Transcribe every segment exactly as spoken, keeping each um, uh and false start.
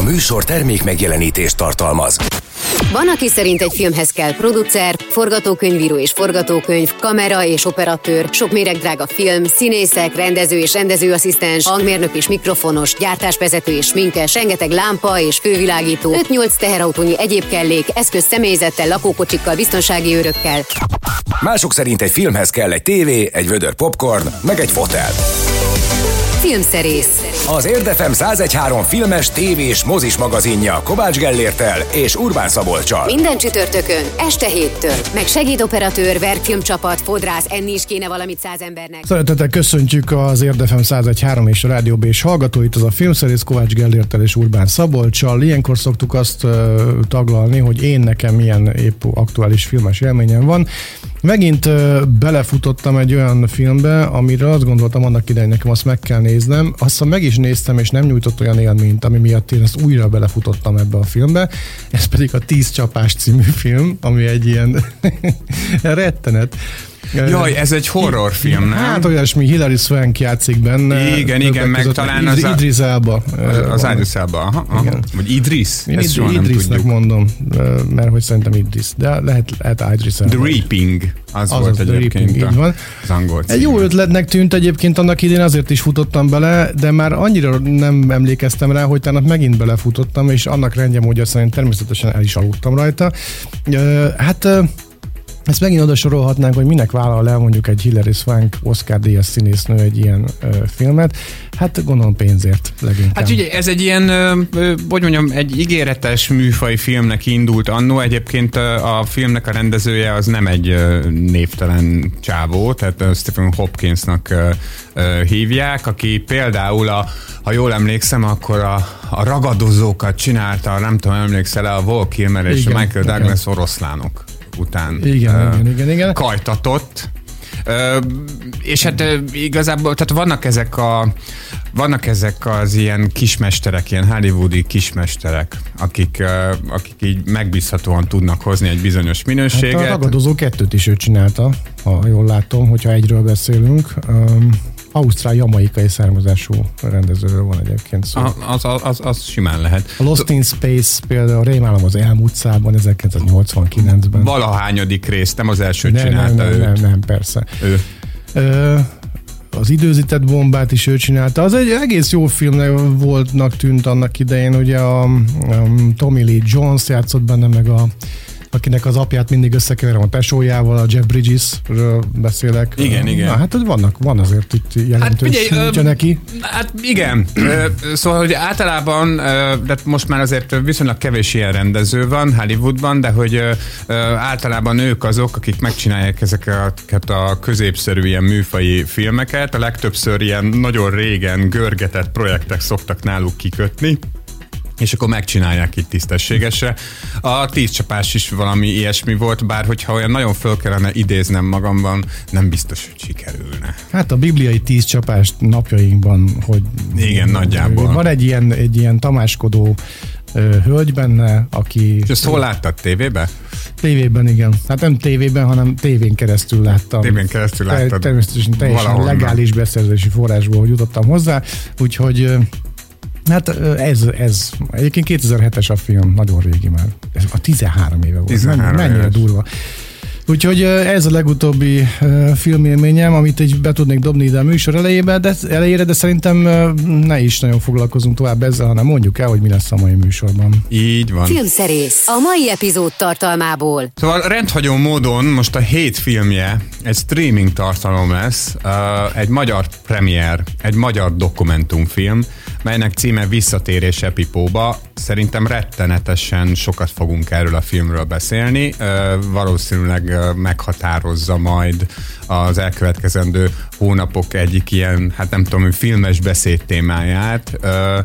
műsor termék megjelenítést tartalmaz. Van, aki szerint egy filmhez kell producer, forgatókönyvíró és forgatókönyv, kamera és operatőr, sok méregdrága film, színészek, rendező és rendezőasszisztens, hangmérnök és mikrofonos, gyártásvezető és sminkes, rengeteg lámpa és fővilágító, öt-nyolc teherautónyi egyéb kellék, eszköz személyzettel, lakókocsikkal, biztonsági őrökkel. Mások szerint egy filmhez kell egy tévé, egy vödör popcorn, meg egy fotel. Filmszerész. Az Érd ef em száz egy három filmes, tévés, mozis magazinja Kovács Gellérttel és Urbán Szabolccsal. Minden csütörtökön, este héttől. Meg segédoperatőr, verkfilmcsapat, fodrász, enni is kéne valamit száz embernek. Szeretettel köszöntjük az Érd ef em száz egy három és a Rádió B és hallgatóit, az a Filmszerész Kovács Gellérttel és Urbán Szabolccsal. Ilyenkor szoktuk azt uh, taglalni, hogy én nekem milyen épp aktuális filmes élményem van. Megint uh, belefutottam egy olyan filmbe, amire azt gondoltam annak idején, nekem azt meg kell néznem. Aztán meg is néztem, és nem nyújtott olyan élményt, ami miatt én ezt újra belefutottam ebbe a filmbe. Ez pedig a Tíz csapás című film, ami egy ilyen rettenet. Jaj, ez egy horrorfilm, nem? Hát olyasmi, Hilary Swank játszik benne. Igen, igen, meg talán az Idris Elba. Az Idris Elba, aha, aha. Vagy Idris? Én Id- Idrisnek mondom, mert hogy szerintem Idris, de lehet, lehet Idris Elba. The Reaping, az, az volt az egyébként Reaping, a, az angol cím. Egy jó ötletnek tűnt egyébként annak idén, azért is futottam bele, de már annyira nem emlékeztem rá, hogy tegnap megint belefutottam, és annak rendje módja szerint természetesen el is aludtam rajta. Hát ezt megint oda sorolhatnánk, hogy minek vállal el mondjuk egy Hilary Swank Oscar-díjas színésznő egy ilyen ö, filmet. Hát gondolom pénzért leginkább. Hát ugye ez egy ilyen, ö, hogy mondjam, egy ígéretes műfaj filmnek indult annó. Egyébként a filmnek a rendezője az nem egy ö, névtelen csávó, tehát Stephen Hopkinsnak ö, ö, hívják, aki például a, ha jól emlékszem, akkor a, a ragadozókat csinálta, nem tudom, emlékszel-e, a Val Kilmer és igen, a Michael Douglas igen. oroszlánok után igen, uh, igen, igen, igen. kajtatott. Uh, és hát uh, igazából, tehát vannak ezek a vannak ezek az ilyen kismesterek, ilyen hollywoodi kismesterek, akik, uh, akik így megbízhatóan tudnak hozni egy bizonyos minőséget. Hát a Ragadozó kettőt is ő csinálta, ha jól látom, hogyha egyről beszélünk. Um, ausztrál-jamaikai származású rendezőről van egyébként szó. Az, az, az, az simán lehet. A Lost in Space például, Rémálom az elmúlt szában, ezerkilencszáznyolcvankilencben. Valahányadik rész, nem az elsőt nem, csinálta nem, ő. Nem, nem, persze. Ő. Ö, az Időzített bombát is ő csinálta. Az egy egész jó film voltnak tűnt annak idején, ugye a, a Tommy Lee Jones játszott benne, meg a akinek az apját mindig összekeverem a tesójával, a Jeff Bridges-ről beszélek. Igen, igen. Na, hát vannak, van azért itt jelentős hát, figyelj, neki. Hát igen, szóval, hogy általában, de most már azért viszonylag kevés ilyen rendező van Hollywoodban, de hogy általában ők azok, akik megcsinálják ezeket a középszerű ilyen műfaji filmeket, a legtöbbször ilyen nagyon régen görgetett projektek szoktak náluk kikötni, és akkor megcsinálják itt tisztességesre. A Tíz csapás is valami ilyesmi volt, bár hogyha olyan nagyon föl kellene idéznem magamban, nem biztos, hogy sikerülne. Hát a bibliai tíz csapás napjainkban, hogy... Igen, nagyjából. Van egy ilyen, egy ilyen tamáskodó ö, hölgy benne, aki... És ezt hol láttad, tévébe? Tévében, igen. Hát nem tévében, hanem tévén keresztül láttam. Tévén keresztül láttad? Természetesen teljesen valahonnan. legális beszerzési forrásból, hogy jutottam hozzá, úgyhogy... Hát ez, ez, egyébként kétezer-hetes a film, nagyon régi már. Ez a tizenhárom éve volt. tizenhárom Mennyire éves. Durva. Úgyhogy ez a legutóbbi filmélményem, amit így be tudnék dobni ide a műsor elejébe, de, elejére, de szerintem ne is nagyon foglalkozunk tovább ezzel, hanem mondjuk el, hogy mi lesz a mai műsorban. Így van. Filmszerész. A mai epizód tartalmából. Szóval rendhagyó módon most a hét filmje egy streaming tartalom lesz, egy magyar premier, egy magyar dokumentumfilm, melynek címe Visszatérés Epipóba. Szerintem rettenetesen sokat fogunk erről a filmről beszélni. Valószínűleg meghatározza majd az elkövetkezendő hónapok egyik ilyen, hát nem tudom, filmes beszéd témáját.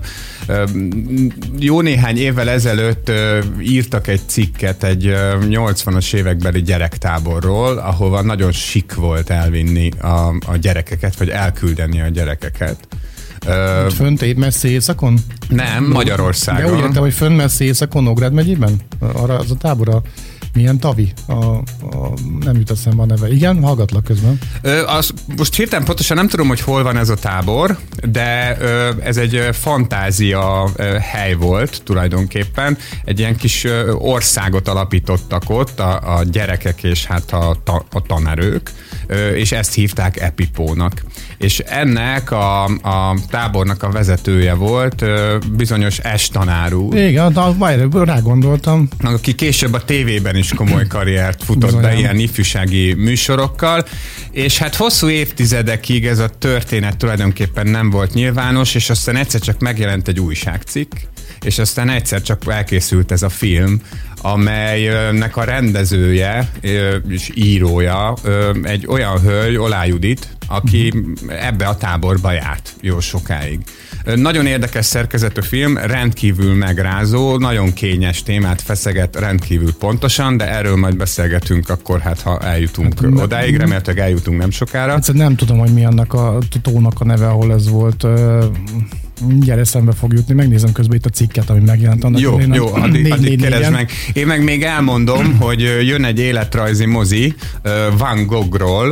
Jó néhány évvel ezelőtt írtak egy cikket egy nyolcvanas évekbeli gyerektáborról, ahova nagyon sik volt elvinni a, a gyerekeket, vagy elküldeni a gyerekeket. Uh, fönt messze északon? Nem, Magyarországon. De úgy értem, hogy fönt messze északon, Nógrád megyében? Arra az a tábor a Milyen Tavi? A, a, nem jut eszembe a neve. Igen, hallgatlak közben. Ö, az, most hirtelen pontosan nem tudom, hogy hol van ez a tábor, de ö, ez egy fantázia ö, hely volt tulajdonképpen. Egy ilyen kis ö, országot alapítottak ott a, a gyerekek és hát a, ta, a tanerők, ö, és ezt hívták Epipónak. És ennek a, a tábornak a vezetője volt ö, bizonyos S. tanár úr. Igen, rá gondoltam. Aki később a tévében is komoly karriert futott Bizonyám. be ilyen ifjúsági műsorokkal, és hát hosszú évtizedekig ez a történet tulajdonképpen nem volt nyilvános, és aztán egyszer csak megjelent egy újságcikk, és aztán egyszer csak elkészült ez a film, amelynek a rendezője és írója egy olyan hölgy, Olá Judit, aki ebbe a táborba járt jó sokáig. Nagyon érdekes szerkezetű film, rendkívül megrázó, nagyon kényes témát feszeget rendkívül pontosan, de erről majd beszélgetünk akkor, hát ha eljutunk hát, odáig, remélhetőleg eljutunk nem sokára. Hát, nem tudom, hogy mi annak a tónak a neve, ahol ez volt. Mindjárt eszembe fog jutni, megnézem közben itt a cikket, ami megjelent. Annak jó, én jó, addig, addig keresd meg. Én meg még elmondom, hogy jön egy életrajzi mozi Van Goghról,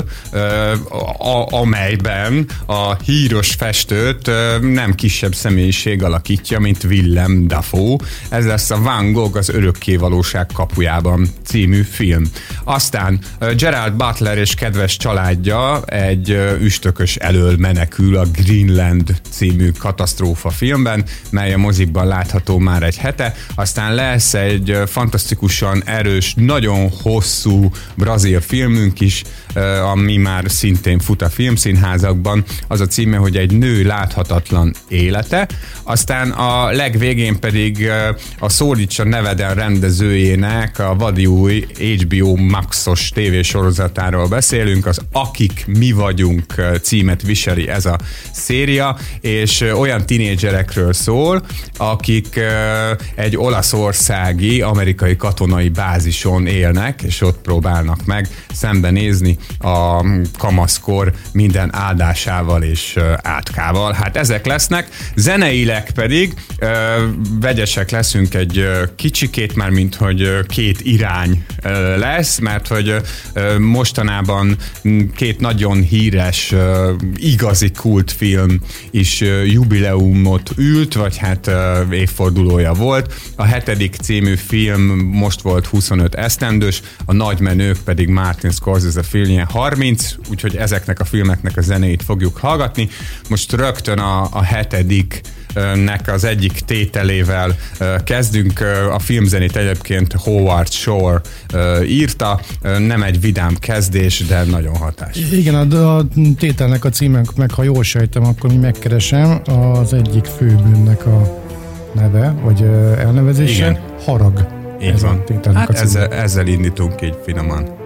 amelyben a híros festőt nem kisebb személyiség alakítja, mint Willem Dafoe. Ez lesz a Van Gogh az örökkévalóság kapujában című film. Aztán Gerald Butler és kedves családja egy üstökös elől menekül a Greenland című katasztrófa filmben, mely a mozikban látható már egy hete. Aztán lesz egy fantasztikusan erős, nagyon hosszú brazil filmünk is, ami már szintén fut a filmszínházakban. Az a címe, hogy Egy nő láthatatlan élete. Aztán a legvégén pedig a Szólítsa neveden rendezőjének a vadi új há bé o Maxos tévésorozatáról beszélünk. Az Akik mi vagyunk címet viseli ez a széria, és olyan tinédzserekről szól, akik egy olaszországi amerikai katonai bázison élnek, és ott próbálnak meg szembenézni a kamaszkor minden áldásával és átkával. Hát ezek lesznek. Zeneileg pedig vegyesek leszünk egy kicsikét, már mint hogy két irány lesz, mert hogy mostanában két nagyon híres, igazi kultfilm is jubileumot ült, vagy hát évfordulója volt. A hetedik című film most volt huszonöt esztendős, a Nagymenők pedig Martin Scorsese filmje harminc, úgyhogy ezeknek a filmeknek a zenéit fogjuk hallgatni. Most rögtön a, a hetedik nek az egyik tételével kezdünk. A filmzenét egyébként Howard Shore írta, nem egy vidám kezdés, de nagyon hatás. Igen, a, a tételnek a címek, meg ha jól sejtem, akkor megkeresem, az egyik főbűnnek a neve, vagy elnevezése. Igen. Harag. Így ez van. A hát a ezzel, ezzel indítunk így finoman.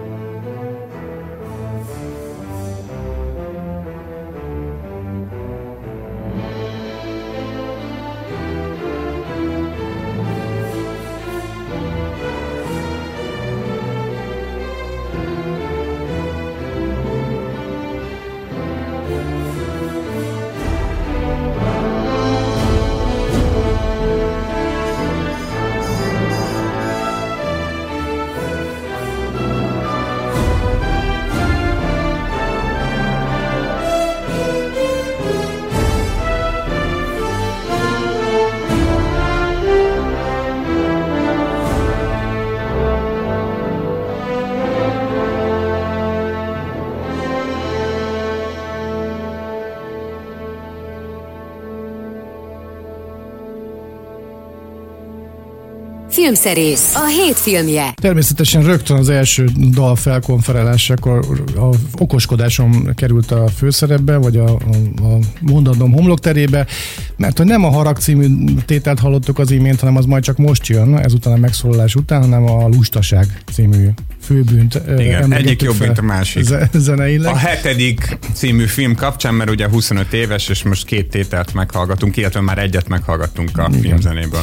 Filmszerész, a hét filmje. Természetesen rögtön az első dal felkonferálásakor a okoskodásom került a főszerepbe, vagy a, a, a mondatom homlokterébe, mert hogy nem a Harag című tételt hallottuk az imént, hanem az majd csak most jön, ezután a megszólalás után, hanem a Lustaság című főbűnt. Igen, egyik jobb, mint a másik. Zeneileg. A hetedik című film kapcsán, mert ugye huszonöt éves, és most két tételt meghallgatunk, illetve már egyet meghallgattunk a igen. filmzenéből.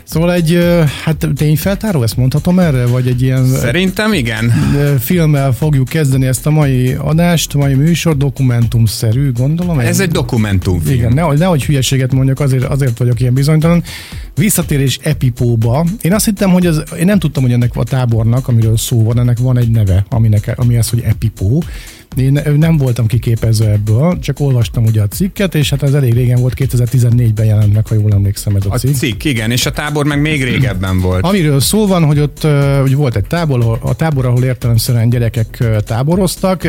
Szóval egy, hát tényfeltáró, ezt mondhatom erre? Vagy egy ilyen... Szerintem igen. Filmmel fogjuk kezdeni ezt a mai adást, mai műsor, dokumentumszerű, gondolom. Ez egy dokumentumfilm. Igen, nehogy, nehogy hülyeséget mondjak, azért, azért vagyok ilyen bizonytalan. Visszatérés Epipóba. Én azt hittem, hogy az, én nem tudtam, hogy ennek a tábornak, amiről szó van, ennek van egy neve, aminek, ami az, hogy Epipó. Én nem voltam kiképezve ebből, csak olvastam ugye a cikket, és hát ez elég régen volt, kétezer-tizennégyben jelent meg, ha jól emlékszem ez a cikk. A cikk, igen, és a tábor meg még régebben volt. Amiről szó van, hogy ott hogy volt egy tábor, a tábor, ahol értelemszerűen gyerekek táboroztak,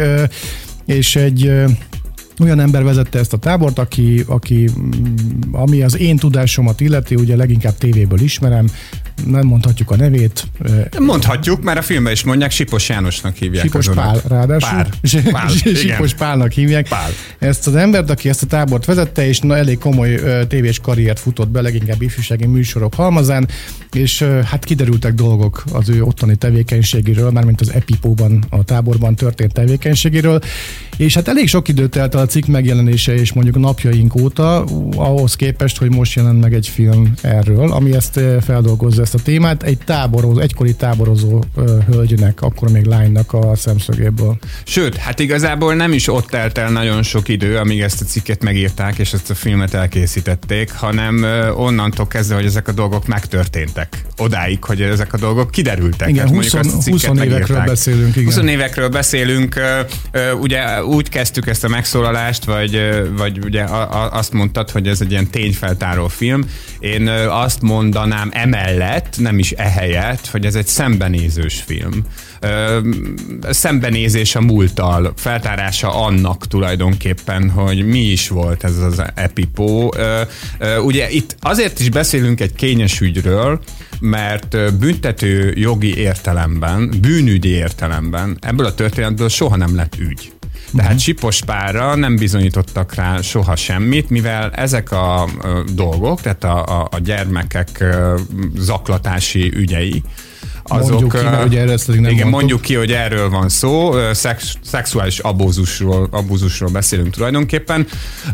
és egy olyan ember vezette ezt a tábort, aki, aki ami az én tudásomat illeti, ugye leginkább tévéből ismerem, nem mondhatjuk a nevét. Mondhatjuk, mert a filmben is mondják, Sipos Jánosnak hívják. Sipos Pál, ráadásul. Pár. Pál. Sipos Pálnak hívják. Pál. Ezt az embert, aki ezt a tábort vezette, és na, elég komoly uh, tévés karriert futott be, leginkább ifjúsági műsorok halmazán, és uh, hát kiderültek dolgok az ő ottani tevékenységéről, mármint az Epipóban, a táborban történt tevékenységéről, és hát elég sok időt telt a cikk megjelenése, és mondjuk napjaink óta, ahhoz képest, hogy most jelent meg egy film erről, ami ezt feldolgozza ezt a témát, egy táborozó, egykori táborozó uh, hölgynek, akkor még lánynak a szemszögéből. Sőt, hát igazából nem is ott telt el nagyon sok idő, amíg ezt a cikket megírták, és ezt a filmet elkészítették, hanem uh, onnantól kezdve, hogy ezek a dolgok megtörténtek. Odáig, hogy ezek a dolgok kiderültek. Igen, húsz évekről beszélünk. Igen. húsz évekről beszélünk, uh, uh, ugye úgy kezdtük ezt a megszólalást, vagy, uh, vagy ugye a, a, azt mondtad, hogy ez egy ilyen tényfeltáró film. Én uh, azt mondanám emellett, nem is ehelyett, hogy ez egy szembenézős film. Ö, szembenézés a múlttal, feltárása annak tulajdonképpen, hogy mi is volt ez az Epipó. Ö, ö, ugye itt azért is beszélünk egy kényes ügyről, mert büntető jogi értelemben, bűnügyi értelemben ebből a történetből soha nem lett ügy. Tehát uh-huh. Sipos Pálra nem bizonyítottak rá soha semmit, mivel ezek a dolgok, tehát a, a, a gyermekek zaklatási ügyei, azok, mondjuk ki, mert ugye erre nem igen, mondtuk. mondjuk ki, hogy erről van szó, szex, szexuális abúzusról, abúzusról beszélünk tulajdonképpen.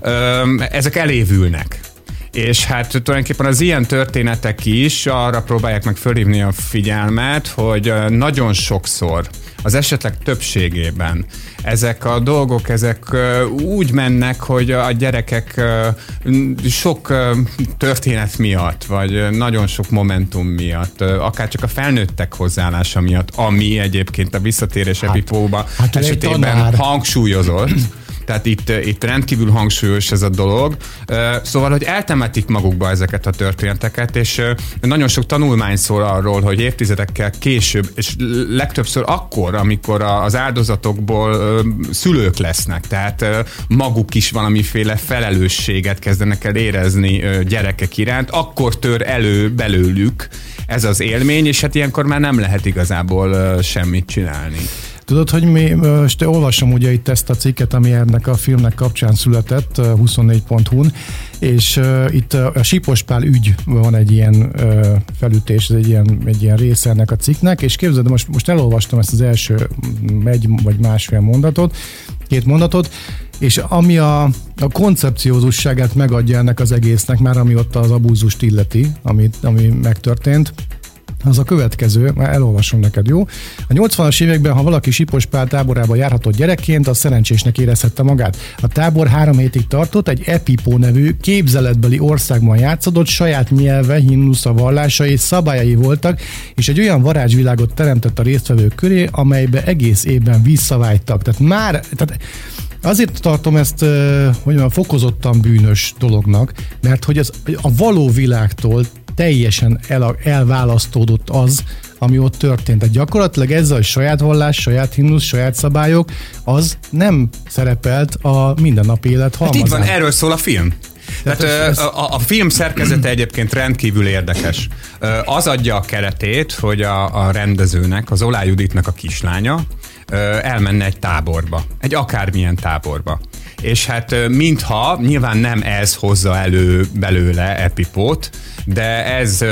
Ezek elévülnek. És hát tulajdonképpen az ilyen történetek is arra próbálják meg fölhívni a figyelmet, hogy nagyon sokszor, az esetek többségében ezek a dolgok, ezek úgy mennek, hogy a gyerekek sok történet miatt, vagy nagyon sok momentum miatt, akár csak a felnőttek hozzáállása miatt, ami egyébként a visszatérés hát, Epipóba hát esetében hangsúlyozott. Tehát itt, itt rendkívül hangsúlyos ez a dolog. Szóval, hogy eltemetik magukba ezeket a történeteket, és nagyon sok tanulmány szól arról, hogy évtizedekkel később, és legtöbbször akkor, amikor az áldozatokból szülők lesznek, tehát maguk is valamiféle felelősséget kezdenek el érezni gyerekek iránt, akkor tör elő belőlük ez az élmény, és hát ilyenkor már nem lehet igazából semmit csinálni. Tudod, hogy mi, most olvasom ugye itt ezt a cikket, ami ennek a filmnek kapcsán született, huszonnégy pont hu-n, és uh, itt a Sipos Pál ügy van egy ilyen uh, felütés, egy ilyen, egy ilyen része ennek a cikknek, és képzeld, most, most elolvastam ezt az első egy vagy másfél mondatot, két mondatot, és ami a, a koncepciózusságát megadja ennek az egésznek, már ami ott az abúzust illeti, ami, ami megtörtént, az a következő, már elolvasom neked, jó? A nyolcvanas években, ha valaki Sipos Pál táborába járhatott gyerekként, az szerencsésnek érezhette magát. A tábor három hétig tartott, egy Epipó nevű képzeletbeli országban játszódott, saját nyelve, himnusza, vallása és szabályai voltak, és egy olyan varázsvilágot teremtett a résztvevők köré, amelybe egész évben visszavágytak. Tehát már... Tehát azért tartom ezt, hogy mondjam, fokozottan bűnös dolognak, mert hogy ez a való világtól teljesen el, elválasztódott az, ami ott történt. Tehát gyakorlatilag ezzel a saját vallás, saját himnusz, saját szabályok, az nem szerepelt a mindennapi élet halmazán. Hát így van, erről szól a film. Tehát, Tehát ez, ez... A, a film szerkezete egyébként rendkívül érdekes. Az adja a keretét, hogy a, a rendezőnek, az Olá Juditnak a kislánya elmenne egy táborba, egy akármilyen táborba. És hát mintha, nyilván nem ez hozza elő belőle Epipót, de ez,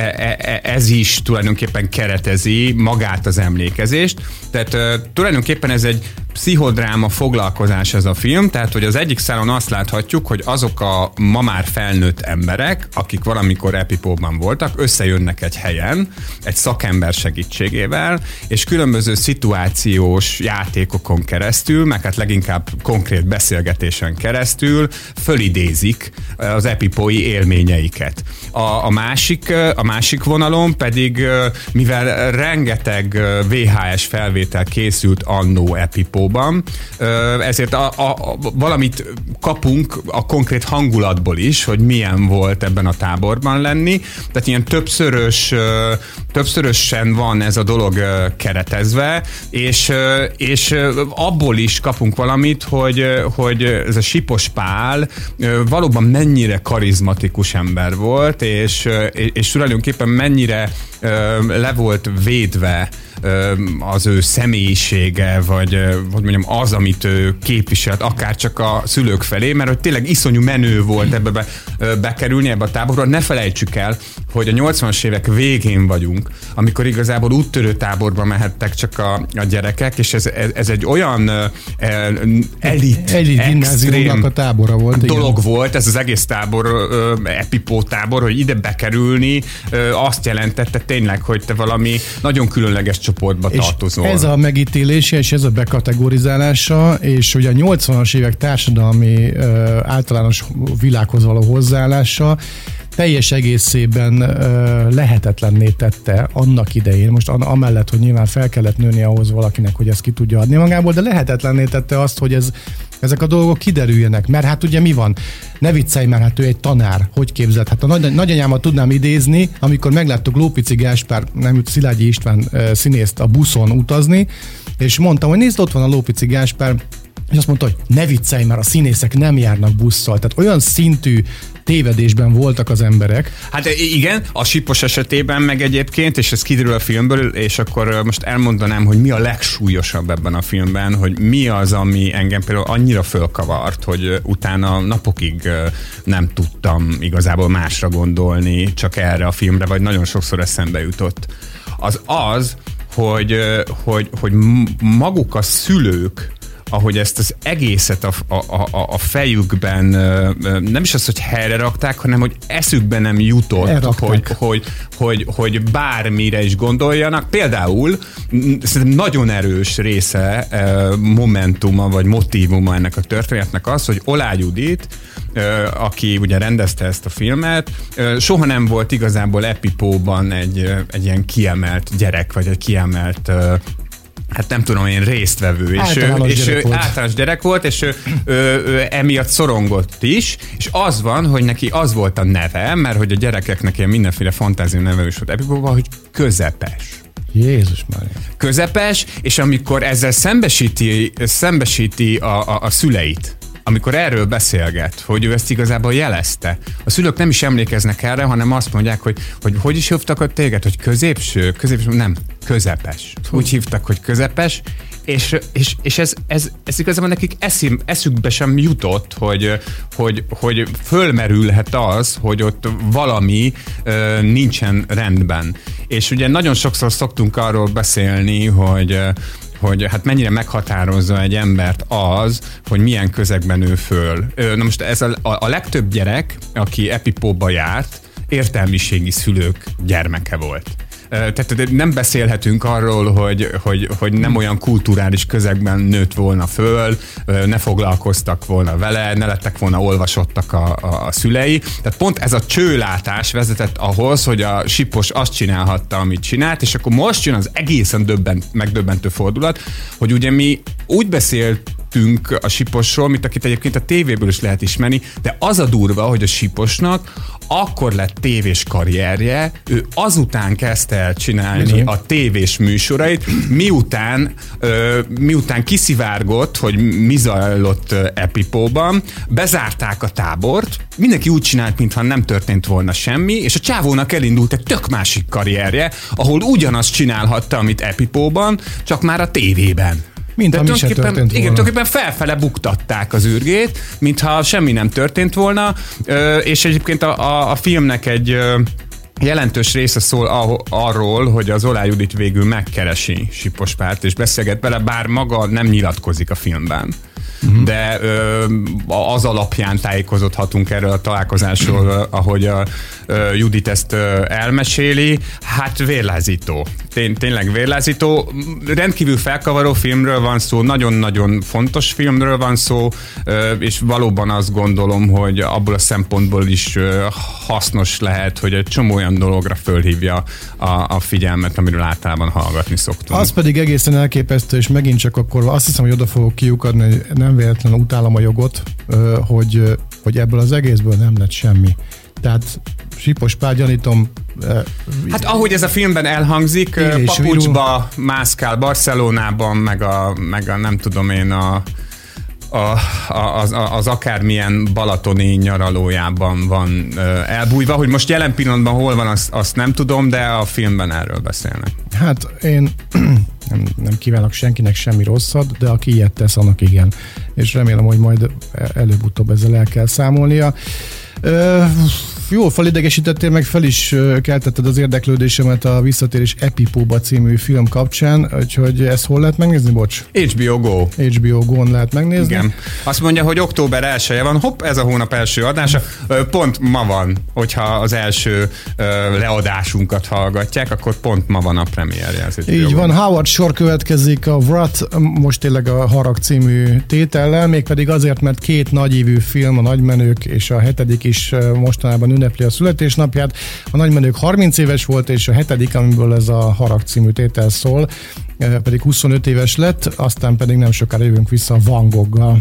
ez is tulajdonképpen keretezi magát az emlékezést. Tehát tulajdonképpen ez egy pszichodráma foglalkozás ez a film, tehát hogy az egyik szálon azt láthatjuk, hogy azok a ma már felnőtt emberek, akik valamikor epipóban voltak, összejönnek egy helyen, egy szakember segítségével, és különböző szituációs játékokon keresztül, meg hát leginkább konkrét beszélgetésen keresztül fölidézik az epipói élményeiket. A, a, másik, a másik vonalon pedig, mivel rengeteg vé há es felvétel készült annó epipóban, ezért a, a, a, valamit kapunk a konkrét hangulatból is, hogy milyen volt ebben a táborban lenni. Tehát ilyen többszörös, többszörösen van ez a dolog keretezve, és, és abból is kapunk valamit, hogy, hogy ez a Sipos Pál valóban mennyire karizmatikus ember volt, és, és tulajdonképpen mennyire le volt védve az ő személyisége, vagy hogy mondjam, az, amit ő képviselt, akár csak a szülők felé, mert hogy tényleg iszonyú menő volt ebbe be, bekerülni ebbe a táborba. Ne felejtsük el, hogy a nyolcvanas évek végén vagyunk, amikor igazából úttörő táborba mehettek csak a, a gyerekek, és ez, ez, ez egy olyan uh, elit, elit extrém a tábora volt, dolog igen. volt, ez az egész tábor, uh, epipó tábor, hogy ide bekerülni, uh, azt jelentette tényleg, hogy te valami nagyon különleges csoportba tartozol. Ez a megítélése, és ez a bekategorizálása, és ugye a nyolcvanas évek társadalmi uh, általános világhoz való hozzáállása teljes egészében uh, lehetetlenné tette annak idején, most an- amellett, hogy nyilván fel kellett nőni ahhoz valakinek, hogy ezt ki tudja adni magából, de lehetetlenné tette azt, hogy ez, ezek a dolgok kiderüljenek, mert hát ugye mi van? Ne viccelj már, hát ő egy tanár, hogy képzeld? Hát a nagy- nagyanyámat tudnám idézni, amikor megláttuk Lópici Gáspár, nem jut Szilágyi István uh, színészt a buszon utazni, és mondtam, hogy nézd, ott van a Lópici Gáspár, és azt mondta, hogy ne viccelj, mert a színészek nem járnak busszal. Tehát olyan szintű tévedésben voltak az emberek. Hát igen, a Sipos esetében meg egyébként, és ez kiderül a filmből, és akkor most elmondanám, hogy mi a legsúlyosabb ebben a filmben, hogy mi az, ami engem például annyira fölkavart, hogy utána napokig nem tudtam igazából másra gondolni, csak erre a filmre, vagy nagyon sokszor eszembe jutott. Az az, hogy, hogy, hogy maguk a szülők, ahogy ezt az egészet a, a, a, a fejükben nem is az, hogy helyre rakták, hanem hogy eszükben nem jutott, hogy, hogy, hogy, hogy bármire is gondoljanak. Például szerintem nagyon erős része, momentuma vagy motívuma ennek a történetnek az, hogy Oláh Judit, aki ugye rendezte ezt a filmet, soha nem volt igazából epipóban egy, egy ilyen kiemelt gyerek, vagy egy kiemelt hát nem tudom, én résztvevő, és, ő, és ő általános gyerek volt, és ő, ő, ő emiatt szorongott is, és az van, hogy neki az volt a neve, mert hogy a gyerekeknek ilyen mindenféle fantázió neve is volt epipóban, hogy közepes. Jézus Mária. Közepes, és amikor ezzel szembesíti, szembesíti a, a, a szüleit, amikor erről beszélget, hogy ő ezt igazából jelezte. A szülők nem is emlékeznek erre, hanem azt mondják, hogy hogy, hogy is hívtak ott téged, hogy középső, középső, nem, közepes. Úgy hívtak, hogy közepes, és, és, és ez, ez, ez igazából nekik eszim, eszükbe sem jutott, hogy, hogy, hogy fölmerülhet az, hogy ott valami uh, nincsen rendben. És ugye nagyon sokszor szoktunk arról beszélni, hogy hogy hát mennyire meghatározza egy embert az, hogy milyen közegben nő föl. Na most ez a, a legtöbb gyerek, aki epipóba járt, értelmiségi szülők gyermeke volt. Tehát nem beszélhetünk arról, hogy, hogy, hogy nem olyan kulturális közegben nőtt volna föl, ne foglalkoztak volna vele, ne lettek volna olvasottak a, a, a szülei. Tehát pont ez a csőlátás vezetett ahhoz, hogy a Sipos azt csinálhatta, amit csinált, és akkor most jön az egészen döbbent, megdöbbentő fordulat, hogy ugye mi úgy beszélt a Siposról, mint akit egyébként a tévéből is lehet ismerni, de az a durva, hogy a Siposnak akkor lett tévés karrierje, ő azután kezdte el csinálni Bizony. a tévés műsorait, miután, ö, miután kiszivárgott, hogy mi zajlott epipóban, bezárták a tábort, mindenki úgy csinált, mintha nem történt volna semmi, és a csávónak elindult egy tök másik karrierje, ahol ugyanazt csinálhatta, amit epipóban, csak már a tévében. Mintha mi se történt volna. Igen, tulajdonképpen felfele buktatták az űrgét, mintha semmi nem történt volna, és egyébként a, a, a filmnek egy jelentős része szól arról, hogy az Oláh Judit végül megkeresi Sipos Pált, és beszélget vele, bár maga nem nyilatkozik a filmben. Uh-huh. De ö, az alapján tájékozódhatunk erről a találkozásról, ahogy a ö, Judit ezt ö, elmeséli. Hát vérlázító. Tény, tényleg vérlázító. Rendkívül felkavaró filmről van szó, nagyon-nagyon fontos filmről van szó, ö, és valóban azt gondolom, hogy abból a szempontból is ö, hasznos lehet, hogy egy csomó olyan dologra fölhívja a, a figyelmet, amiről általában hallgatni szoktunk. Az pedig egészen elképesztő, és megint csak akkor azt hiszem, hogy oda fogok kiukadni, hogy nem véletlenül utálom a jogot, hogy, hogy ebből az egészből nem lett semmi. Tehát Sipos Pál, gyanítom... Hát ahogy ez a filmben elhangzik, papucsba mászkál Barcelonában, meg a, meg a nem tudom én a A, az, az akármilyen balatoni nyaralójában van elbújva, hogy most jelen pillanatban hol van, azt, azt nem tudom, de a filmben erről beszélnek. Hát én nem, nem kívánok senkinek semmi rosszat, de aki ilyet tesz, annak igen. És remélem, hogy majd előbb-utóbb ezzel el kell számolnia. Ö, jól felidegesítettél, meg fel is keltetted az érdeklődésemet a Visszatérés Epipóba című film kapcsán, úgyhogy ezt hol lehet megnézni, bocs? há bé o Go. há bé o Go-n lehet megnézni. Igen. Azt mondja, hogy október elseje van, hopp, ez a hónap első adása, pont ma van, hogyha az első leadásunkat hallgatják, akkor pont ma van a premierje. Így van, Howard Shore következik a Wrath, most tényleg a Harag című tétellel, mégpedig azért, mert két nagyívű film, a Nagymenők és a hetedik is mostanában ünnepli a születésnapját. A Nagymenők harminc éves volt, és a hetedik, amiből ez a Harag című tétel szól, pedig huszonöt éves lett, aztán pedig nem sokára jövünk vissza a Van Goggal.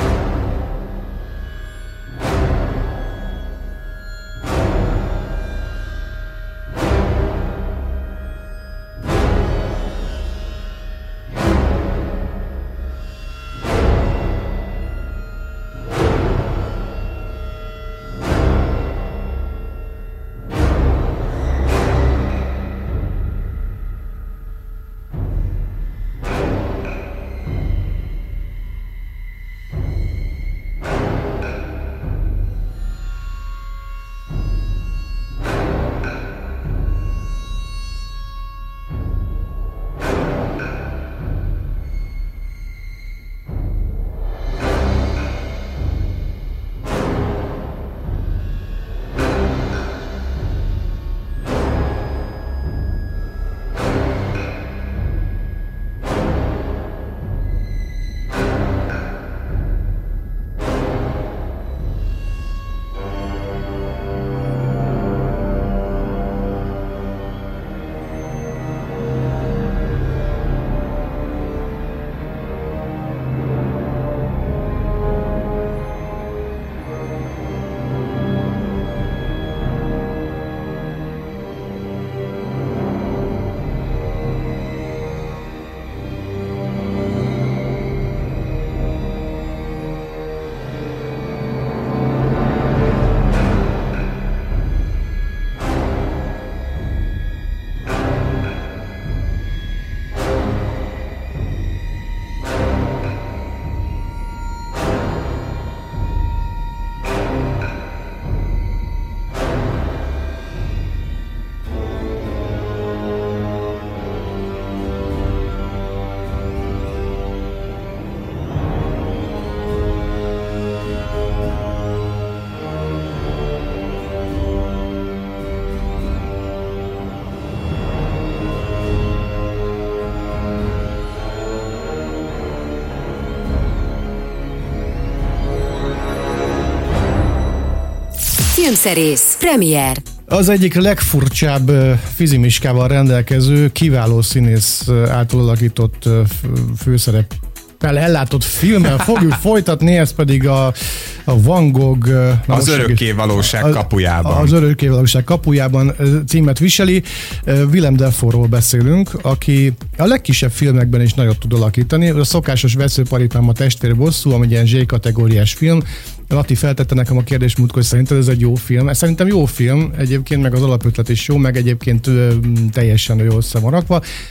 Filmszerész. Premier. Az egyik legfurcsább fizimiskával rendelkező, kiváló színész által alakított főszerep ellátott filmmel fogjuk folytatni, ez pedig a, a Van Gogh... Az örökké valóság kapujában. Az örökké valóság kapujában címet viseli. Willem Dafoe-ról beszélünk, aki a legkisebb filmekben is nagyot tud alakítani. A szokásos Veszőparipám, a testvér bosszú, ami egy ilyen zsé-kategóriás film. Lati feltette nekem a kérdést múltkor, hogy szerinted ez egy jó film. Ez szerintem jó film, egyébként meg az alapötlet is jó, meg egyébként teljesen jó össze van rakva.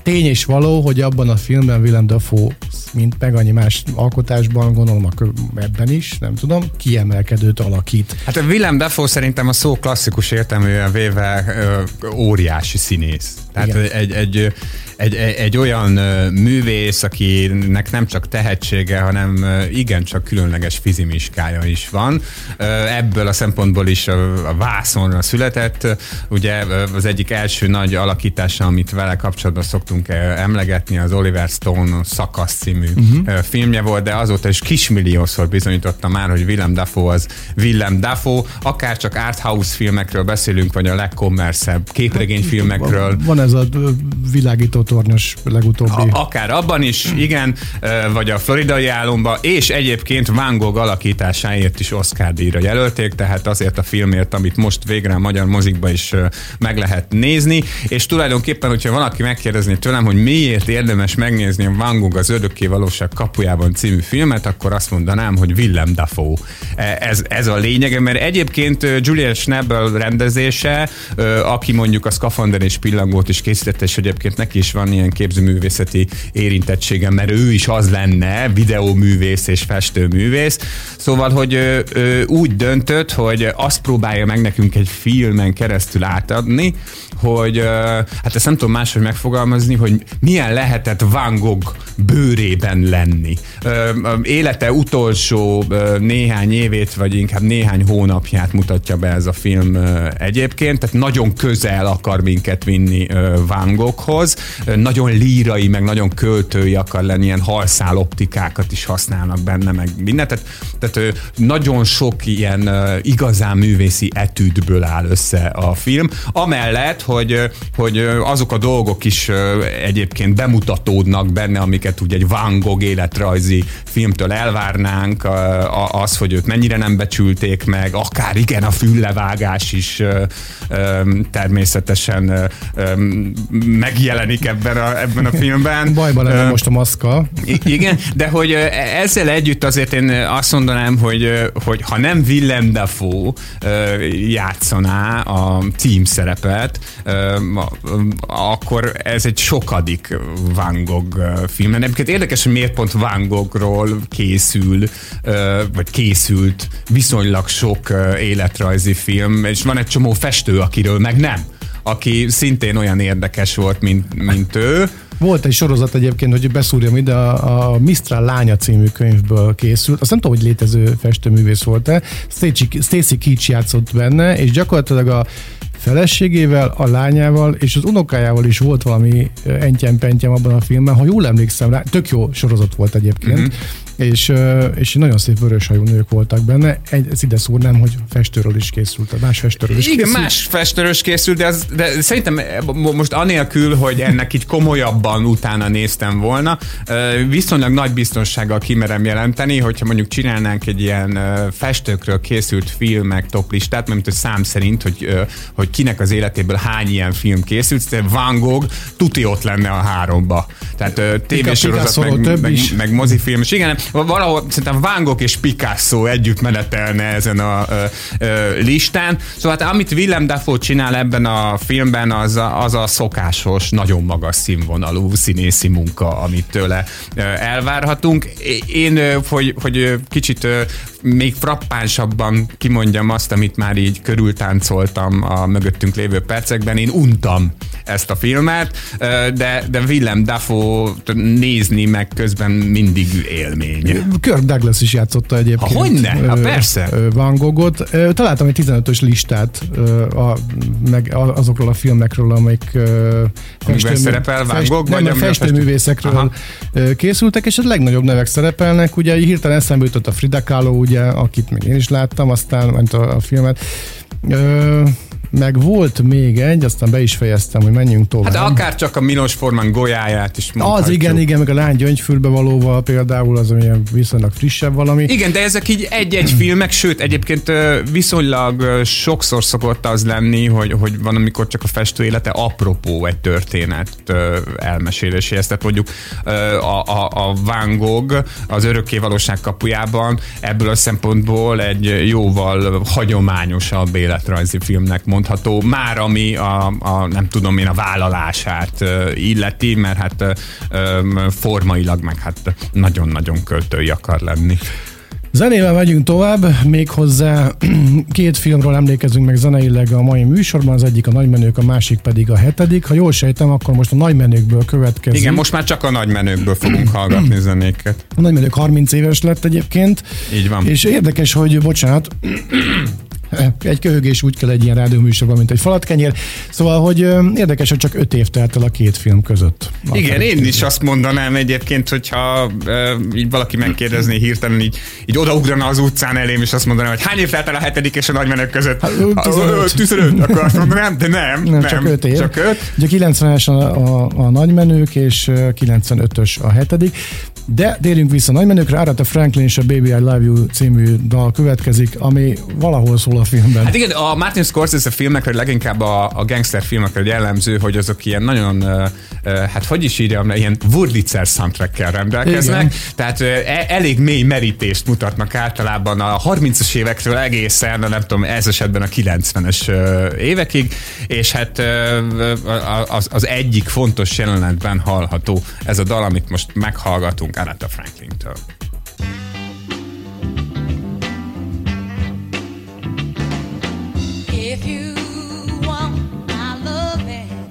tény és való, hogy abban a filmben Willem Dafoe, mint meg annyi más alkotásban, gondolom ebben is, nem tudom, kiemelkedőt alakít. Hát a Willem Dafoe szerintem a szó klasszikus értelműen véve ö, óriási színész. Tehát egy, egy, egy, egy, egy olyan művész, akinek nem csak tehetsége, hanem igencsak különleges fizimiskája is van. Ebből a szempontból is a vászonra született. Ugye az egyik első nagy alakítása, amit vele kapcsolatban szoktunk emlegetni, az Oliver Stone Szakasz című uh-huh. filmje volt, de azóta is kismilliószor bizonyította már, hogy Willem Dafoe az Willem Dafoe. Akár csak arthouse filmekről beszélünk, vagy a legkommerszebb képregényfilmekről. Van ez a világító tornyos legutóbbi. A, akár abban is, igen, vagy a Floridai álomba, és egyébként Van Gogh alakításáért is Oscar-díjra jelölték, tehát azért a filmért, amit most végre a magyar mozikba is meg lehet nézni, és tulajdonképpen, hogyha valaki megkérdezné tőlem, hogy miért érdemes megnézni a Van Gogh az Ördökké valóság kapujában című filmet, akkor azt mondanám, hogy Willem Dafoe. Ez, ez a lényege, mert egyébként Julian Schnabel rendezése, aki mondjuk a Szkafander és Pillangót is készítette, és egyébként neki is van ilyen képzőművészeti érintettsége, mert ő is az lenne, videóművész és festőművész. Szóval, hogy ő, ő úgy döntött, hogy azt próbálja meg nekünk egy filmen keresztül átadni, hogy hát ezt nem tudom máshogy megfogalmazni, hogy milyen lehetett Van Gogh bőrében lenni. Élete utolsó néhány évét, vagy inkább néhány hónapját mutatja be ez a film egyébként, tehát nagyon közel akar minket vinni Van Goghhoz, nagyon lírai, meg nagyon költői akar lenni, ilyen halszál optikákat is használnak benne, meg minden, tehát, tehát nagyon sok ilyen igazán művészi etűdből áll össze a film, amellett, hogy, hogy azok a dolgok is egyébként bemutatódnak benne, amiket ugye egy Van Gogh életrajzi filmtől elvárnánk, az, hogy őt mennyire nem becsülték meg, akár igen, a füllevágás is természetesen megjelenik ebben a, ebben a filmben. Bajban lenne most a maszka. Igen, de hogy ezzel együtt azért én azt mondanám, hogy, hogy ha nem Willem Dafoe játszaná a címszerepet, akkor ez egy sokadik Van Gogh film. Egyébként érdekes, hogy miért pont Van Goghról készül, vagy készült viszonylag sok életrajzi film, és van egy csomó festő, akiről meg nem, aki szintén olyan érdekes volt, mint, mint ő. Volt egy sorozat egyébként, hogy beszúrjam ide, a, a Mistral lánya című könyvből készült. Azt nem tudom, hogy létező festőművész volt-e. Stacy Keach játszott benne, és gyakorlatilag a feleségével, a lányával és az unokájával is volt valami entyem-pentyem abban a filmben, ha jól emlékszem rá, tök jó sorozat volt egyébként, mm-hmm. és, és nagyon szép vöröshajú nők voltak benne. Ez ide szúrnám, hogy festőről is készült, más festőről is Igen, készült. más festőről is készült, de, az, de szerintem most anélkül, hogy ennek így komolyabban utána néztem volna, viszonylag nagy biztonsággal kimerem jelenteni, hogyha mondjuk csinálnánk egy ilyen festőkről készült filmek toplistát, mint hogy szám szerint, hogy, hogy kinek az életéből hány ilyen film készült, Van Gogh tuti ott lenne a háromba. Tehát tévésorozat, meg, meg, meg mozifilm, és igen, valahol szerintem Van Gogh és Picasso együtt menetelne ezen a ö, ö, listán. Szóval hát, amit Willem Dafoe csinál ebben a filmben, az a, az a szokásos, nagyon magas színvonalú színészi munka, amit tőle ö, elvárhatunk. Én, ö, hogy, hogy kicsit ö, még frappánsabban kimondjam azt, amit már így körültáncoltam a mögöttünk lévő percekben, én untam ezt a filmet, de, de Willem Dafoe nézni meg közben mindig élmény. Kirk Douglas is játszotta egyébként. Ha, hogyne? Ha, persze. Van Goghot. Találtam egy tizenötös listát a, meg azokról a filmekről, amik amiben szerepel Van Gogh, vagy nem, festőművészekről festő... készültek, és a legnagyobb nevek szerepelnek. Ugye hirtelen eszembe jutott a Frida Kahlo, ugye, akit még én is láttam, aztán ment a, a filmet. Ö, meg volt még egy, aztán be is fejeztem, hogy menjünk tovább. Hát akár csak a Milos Forman golyáját is mondhatjuk. Az igen, igen, meg a Lány gyöngyfülbe valóval például, az olyan viszonylag frissebb valami. Igen, de ezek így egy-egy filmek, sőt, egyébként viszonylag sokszor szokott az lenni, hogy, hogy van, amikor csak a festő élete apropó egy történet elmeséléséhez. Tehát mondjuk a, a, a Van Gogh az Örökké valóság kapujában ebből a szempontból egy jóval hagyományosabb életrajzi filmnek mondható, mondható már, ami a, a nem tudom én a vállalását illeti, mert hát formailag meg hát nagyon-nagyon költői akar lenni. Zenével megyünk tovább, méghozzá két filmről emlékezünk meg zeneileg a mai műsorban, az egyik a Nagymenők, a másik pedig a hetedik. Ha jól sejtem, akkor most a Nagymenőkből következik. Igen, most már csak a Nagymenőkből fogunk hallgatni zenéket. A Nagymenők harminc éves lett egyébként. Így van. És érdekes, hogy bocsánat, egy köhögés úgy kell egy ilyen rádióműsorban, mint egy falatkenyér. Szóval, hogy érdekes, hogy csak öt év telt el a két film között. Igen, én is azt mondanám egyébként, hogyha e, így valaki megkérdezné hirtelen, így, így odaugrana az utcán elém, és azt mondaná, hogy hány év telt el a hetedik és a Nagymenők között? Hát, tizenöt, akkor azt mondanám, de nem, nem, nem csak öt év. Csak öt. Ugye kilencvenes a, a, a Nagymenők, és kilencvenötös a hetedik. De térjünk vissza a Nagymenőkre, Aretha Franklin és a Baby I Love You című dal következik, ami valahol szól a filmben. Hát igen, a Martin Scorsese filmekre, leginkább a, a gangster filmekre jellemző, hogy azok ilyen nagyon, uh, uh, hát hogy is írjam le, ilyen Wurlitzer soundtrackkel rendelkeznek, igen. Tehát uh, elég mély merítést mutatnak általában a harmincas évekről egészen, nem tudom, ez esetben a kilencvenes uh, évekig, és hát uh, az, az egyik fontos jelenetben hallható ez a dal, amit most meghallgatunk Aretha Franklintől. If you want my loving,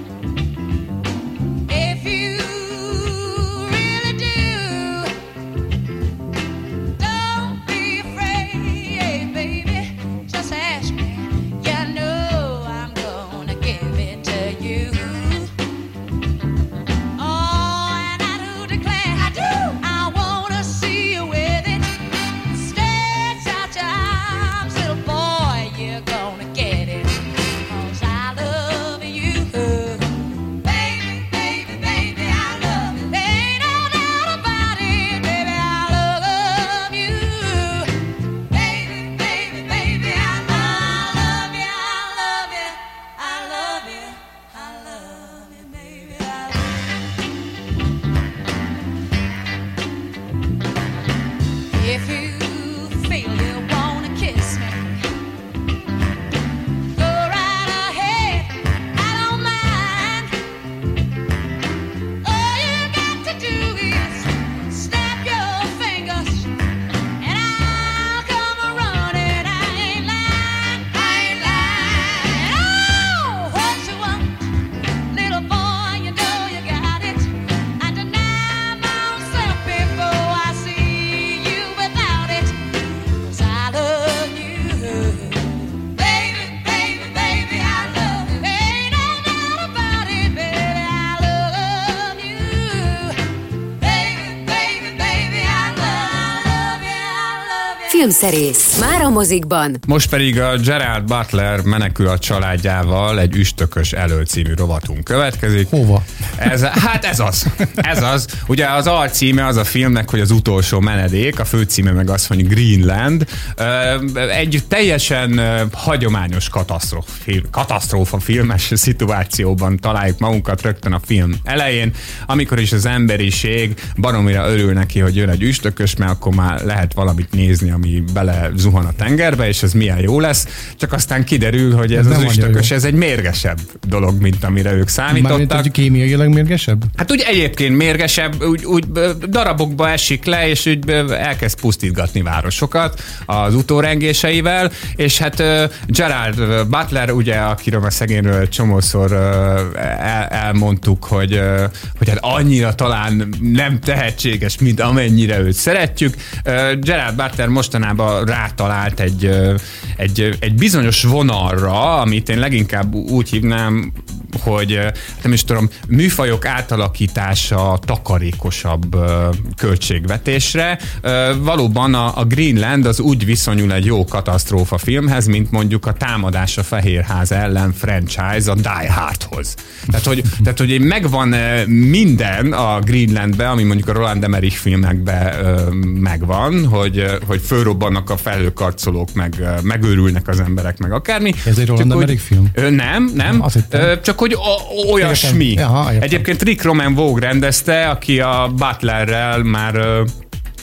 if you really do, don't be afraid, baby, just ask me. You know I'm gonna give it to you. Oh, and I do declare, I do, I wanna see you with it. Stretch out your arms, little boy, you're gonna get it. 'Cause I love you. Baby, baby, baby, I love you. There ain't no doubt about it, baby, I love you. Baby, baby, baby, I love you, I love you, I love you, I love you, baby, I love you. If you feel you wanna kiss me, go right ahead, I don't mind. All you got to do is snap your fingers, and I'll come running. I ain't lying, I ain't lying. Oh, what you want, little boy, you know you got it. I deny myself before I see you without it. 'Cause I love you. Baby, baby, baby, I love you. Ain't no doubt about it, baby, I love you. Baby, baby, baby, I love you, I love you. Filmszerész. Már a mozikban. Most pedig a Gerard Butler menekül a családjával, egy üstökös elő című rovatunk következik. Hova? Ez, hát ez az. Ez az. Ugye az alcíme az a filmnek, hogy az utolsó menedék, a főcíme meg az, hogy Greenland. Egy teljesen hagyományos katasztrófa, katasztrófa filmes szituációban találjuk magunkat rögtön a film elején, amikor is az emberiség baromira örül neki, hogy jön egy üstökös, mert akkor már lehet valamit nézni, ami bele zuhan a tengerbe, és ez milyen jó lesz. Csak aztán kiderül, hogy ez, ez az üstökös, ez egy mérgesebb dolog, mint amire ők számítottak. Mármint, hogy kémiailag mérgesebb? Hát úgy egyébként mérgesebb, úgy, úgy darabokba esik le, és úgy elkezd pusztítgatni városokat az utórengéseivel, és hát Gerard Butler, ugye, akiről a szegényről csomószor el, elmondtuk, hogy, hogy hát annyira talán nem tehetséges, mint amennyire őt szeretjük. Gerard Butler mostanában rátalált egy, egy, egy bizonyos vonalra, amit én leginkább úgy hívnám, hogy nem is tudom, műfajok átalakítása takarékosabb költségvetésre. Valóban a, a Greenland az úgy viszonyul egy jó katasztrófa filmhez, mint mondjuk a Támadás a Fehérház ellen franchise a Die Hardhoz. Tehát, hogy, tehát, hogy megvan minden a Greenlandben, ami mondjuk a Roland Emmerich filmekben megvan, hogy, hogy fölrobbannak a felhőkarcolók, meg megőrülnek az emberek, meg akármi. Ez egy Roland Emmerich film? Nem, nem. Csak hogy o- olyasmi. Aha, egyébként Rick Roman Vogue rendezte, aki a Butlerrel már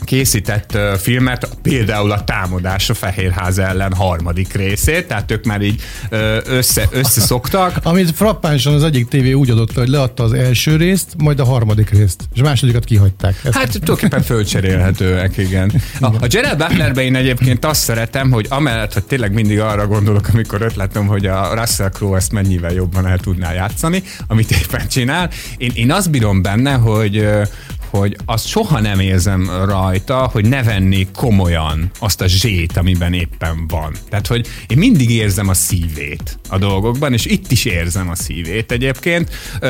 készített uh, filmet, például a Támadás a Fehérház ellen harmadik részét, tehát ők már így uh, össze, összeszoktak. Amit frappánsan az egyik tévé úgy adott, hogy leadta az első részt, majd a harmadik részt, és a másodikat kihagyták. Ezt Hát tulajdonképpen fölcserélhetőek, igen. A, a Gerald Butlerben én egyébként azt szeretem, hogy amellett, hogy tényleg mindig arra gondolok, amikor ötletem, hogy a Russell Crowe ezt mennyivel jobban el tudná játszani, amit éppen csinál, én, én azt bírom benne, hogy hogy azt soha nem érzem rajta, hogy ne vennék komolyan azt a zsét, amiben éppen van. Tehát, hogy én mindig érzem a szívét a dolgokban, és itt is érzem a szívét egyébként.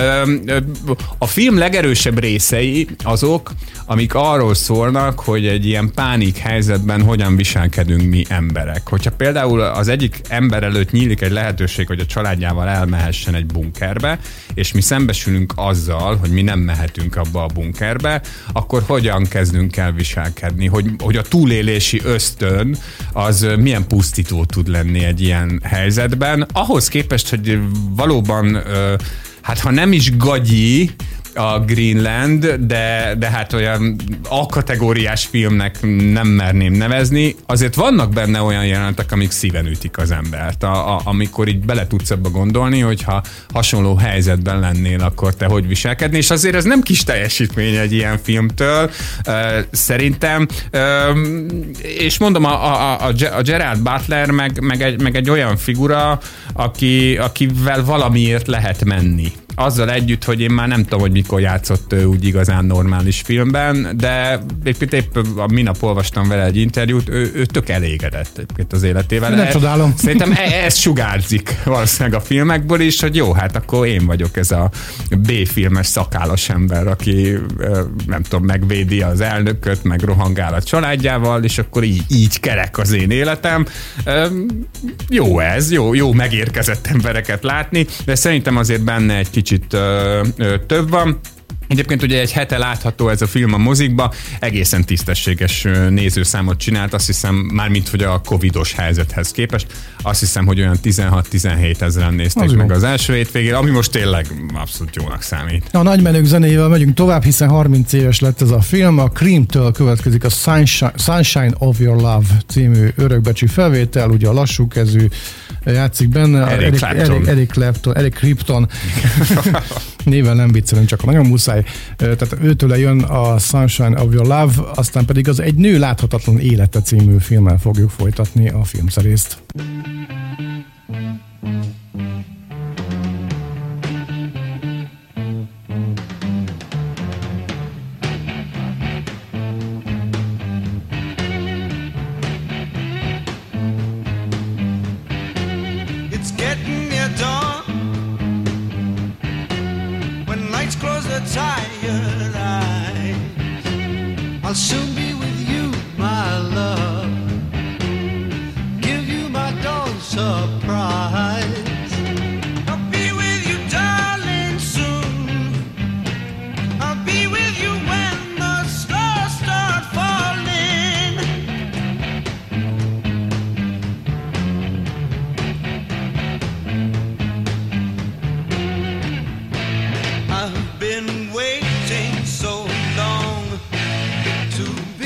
A film legerősebb részei azok, amik arról szólnak, hogy egy ilyen pánik helyzetben hogyan viselkedünk mi emberek. Hogyha például az egyik ember előtt nyílik egy lehetőség, hogy a családjával elmehessen egy bunkerbe, és mi szembesülünk azzal, hogy mi nem mehetünk abba a bunkerbe, akkor hogyan kezdünk el viselkedni, hogy, hogy a túlélési ösztön az milyen pusztító tud lenni egy ilyen helyzetben. Ahhoz képest, hogy valóban, hát ha nem is gagyi a Greenland, de, de hát olyan A-kategóriás filmnek nem merném nevezni. Azért vannak benne olyan jelenetek, amik szíven ütik az embert, a, a, amikor így bele tudsz abba gondolni, hogyha hasonló helyzetben lennél, akkor te hogy viselkedni, és azért ez nem kis teljesítmény egy ilyen filmtől, uh, szerintem. Uh, és mondom, a, a, a Gerald Butler meg, meg, egy, meg egy olyan figura, aki, akivel valamiért lehet menni. Azzal együtt, hogy én már nem tudom, hogy mikor játszott ő úgy igazán normális filmben, de épp, épp a minap olvastam vele egy interjút, ő, ő tök elégedett egyébként az életével. Nem csodálom. Szerintem ez sugárzik valószínűleg a filmekből is, hogy jó, hát akkor én vagyok ez a B-filmes szakállas ember, aki nem tudom, megvédi az elnököt, meg rohangál a családjával, és akkor így, így kerek az én életem. Jó ez, jó, jó megérkezett embereket látni, de szerintem azért benne egy kicsit ö, ö, több van. Egyébként ugye egy hete látható ez a film a mozikba, egészen tisztességes nézőszámot csinált, azt hiszem, mármint hogy a covidos helyzethez képest, azt hiszem, hogy olyan tizenhat-tizenhét ezeren nézték az meg jó. Az első hétvégén, ami most tényleg abszolút jónak számít. A nagymenők zenéjével megyünk tovább, hiszen harminc éves lett ez a film, a Cream-től következik a Sunshine, Sunshine of Your Love című örökbecsű felvétel, ugye a lassú kezű játszik benne, Eric Clapton. Eric, Eric Clapton, Eric Clapton. Néven nem viccelünk, csak a nagyon muszáj. Tehát őtőle jön a Sunshine of Your Love, aztán pedig az Egy nő láthatatlan élete című filmmel fogjuk folytatni a filmszerészt. Tired eyes, I'll soon be with you, my love. Give you my dawn surprise. I'll be with you, darling, soon. I'll be with you when the stars start falling. I've been waiting so long to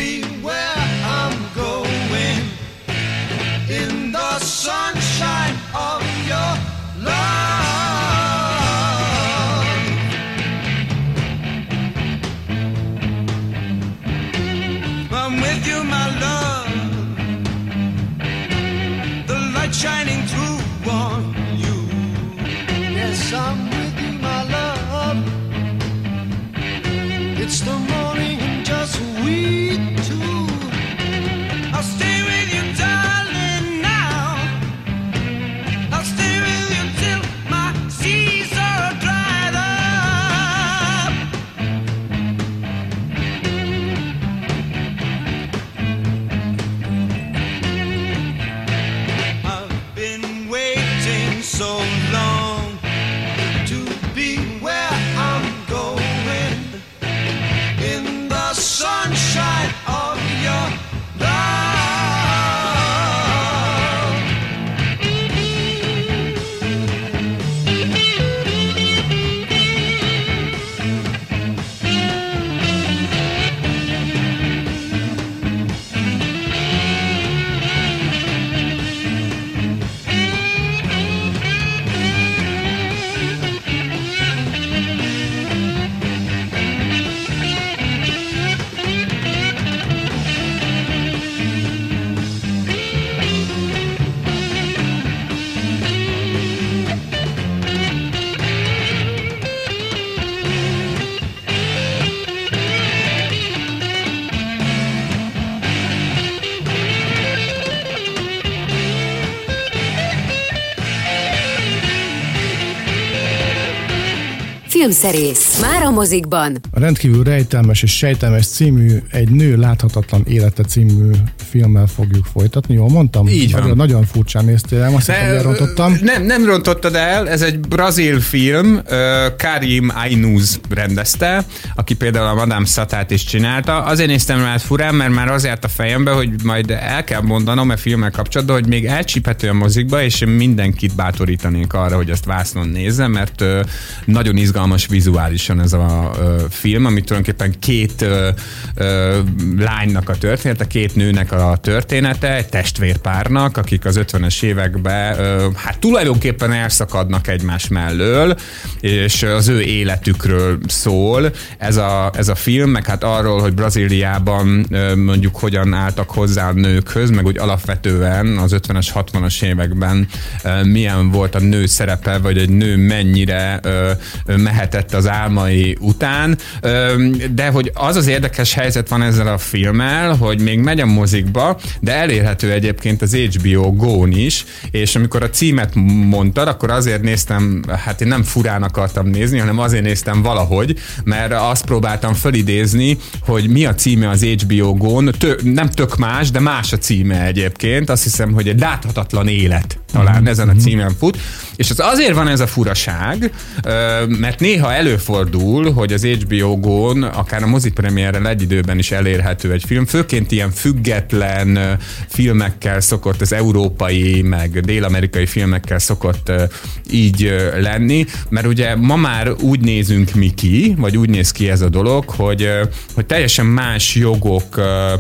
Filmszerész. Már a mozikban. A rendkívül rejtelmes és sejtelmes című, egy nő láthatatlan élete című filmmel fogjuk folytatni. Jól mondtam? Így van. Nagyon, nagyon furcsán néztél el, azt hiszem, elrontottam. Nem, nem rontottad el, ez egy brazil film, Karim Ainuz rendezte, aki például a Madame Satát is csinálta. Azért néztem rá furán, mert már az járt a fejembe, hogy majd el kell mondanom a filmmel kapcsolatban, hogy még elcsíphető a mozikba, és én mindenkit bátorítanék arra, hogy azt vásznon nézze, mert nagyon izgalmas vizuálisan ez a film, ami tulajdonképpen két ö, ö, lánynak a története, két nőnek a története, egy testvérpárnak, akik az ötvenes években ö, hát tulajdonképpen elszakadnak egymás mellől, és az ő életükről szól ez a, ez a film, meg hát arról, hogy Brazíliában ö, mondjuk hogyan álltak hozzá a nőkhöz, meg úgy alapvetően az ötvenes, hatvanas években ö, milyen volt a nő szerepe, vagy egy nő mennyire ö, ö, mehetett az álmai után, de hogy az az érdekes helyzet van ezzel a filmmel, hogy még megy a mozikba, de elérhető egyébként az há bé o Go-n is, és amikor a címet mondtad, akkor azért néztem, hát én nem furán akartam nézni, hanem azért néztem valahogy, mert azt próbáltam felidézni, hogy mi a címe az há bé o Go-n, Tö- nem tök más, de más a címe egyébként, azt hiszem, hogy egy láthatatlan élet talán mm-hmm. ezen a címen fut, és az azért van ez a furaság, mert néha előfordul, hogy az há bé o Go-n akár a mozipremierrel egy időben is elérhető egy film, főként ilyen független filmekkel szokott, az európai, meg dél-amerikai filmekkel szokott így lenni, mert ugye ma már úgy nézünk mi ki, vagy úgy néz ki ez a dolog, hogy, hogy teljesen más jogok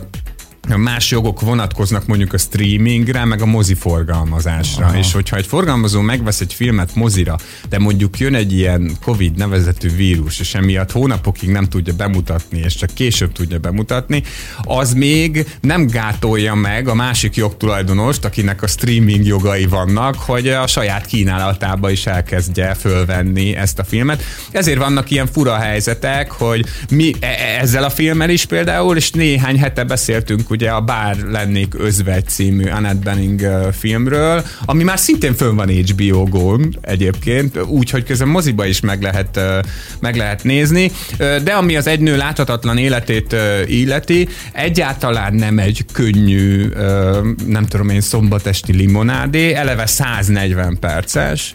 más jogok vonatkoznak mondjuk a streamingre, meg a mozi forgalmazásra. Aha. És hogyha egy forgalmazó megvesz egy filmet mozira, de mondjuk jön egy ilyen Covid nevezetű vírus, és emiatt hónapokig nem tudja bemutatni, és csak később tudja bemutatni, az még nem gátolja meg a másik jogtulajdonost, akinek a streaming jogai vannak, hogy a saját kínálatába is elkezdje fölvenni ezt a filmet. Ezért vannak ilyen fura helyzetek, hogy mi ezzel a filmmel is például, és néhány hete beszéltünk ugye a Bár lennék özvegy című Annette Bening filmről, ami már szintén fönn van há bé o Go-n egyébként, úgyhogy közben moziba is meg lehet, meg lehet nézni, de ami az egy nő láthatatlan életét illeti, egyáltalán nem egy könnyű, nem tudom én, szombatesti limonádé, eleve száznegyven perces,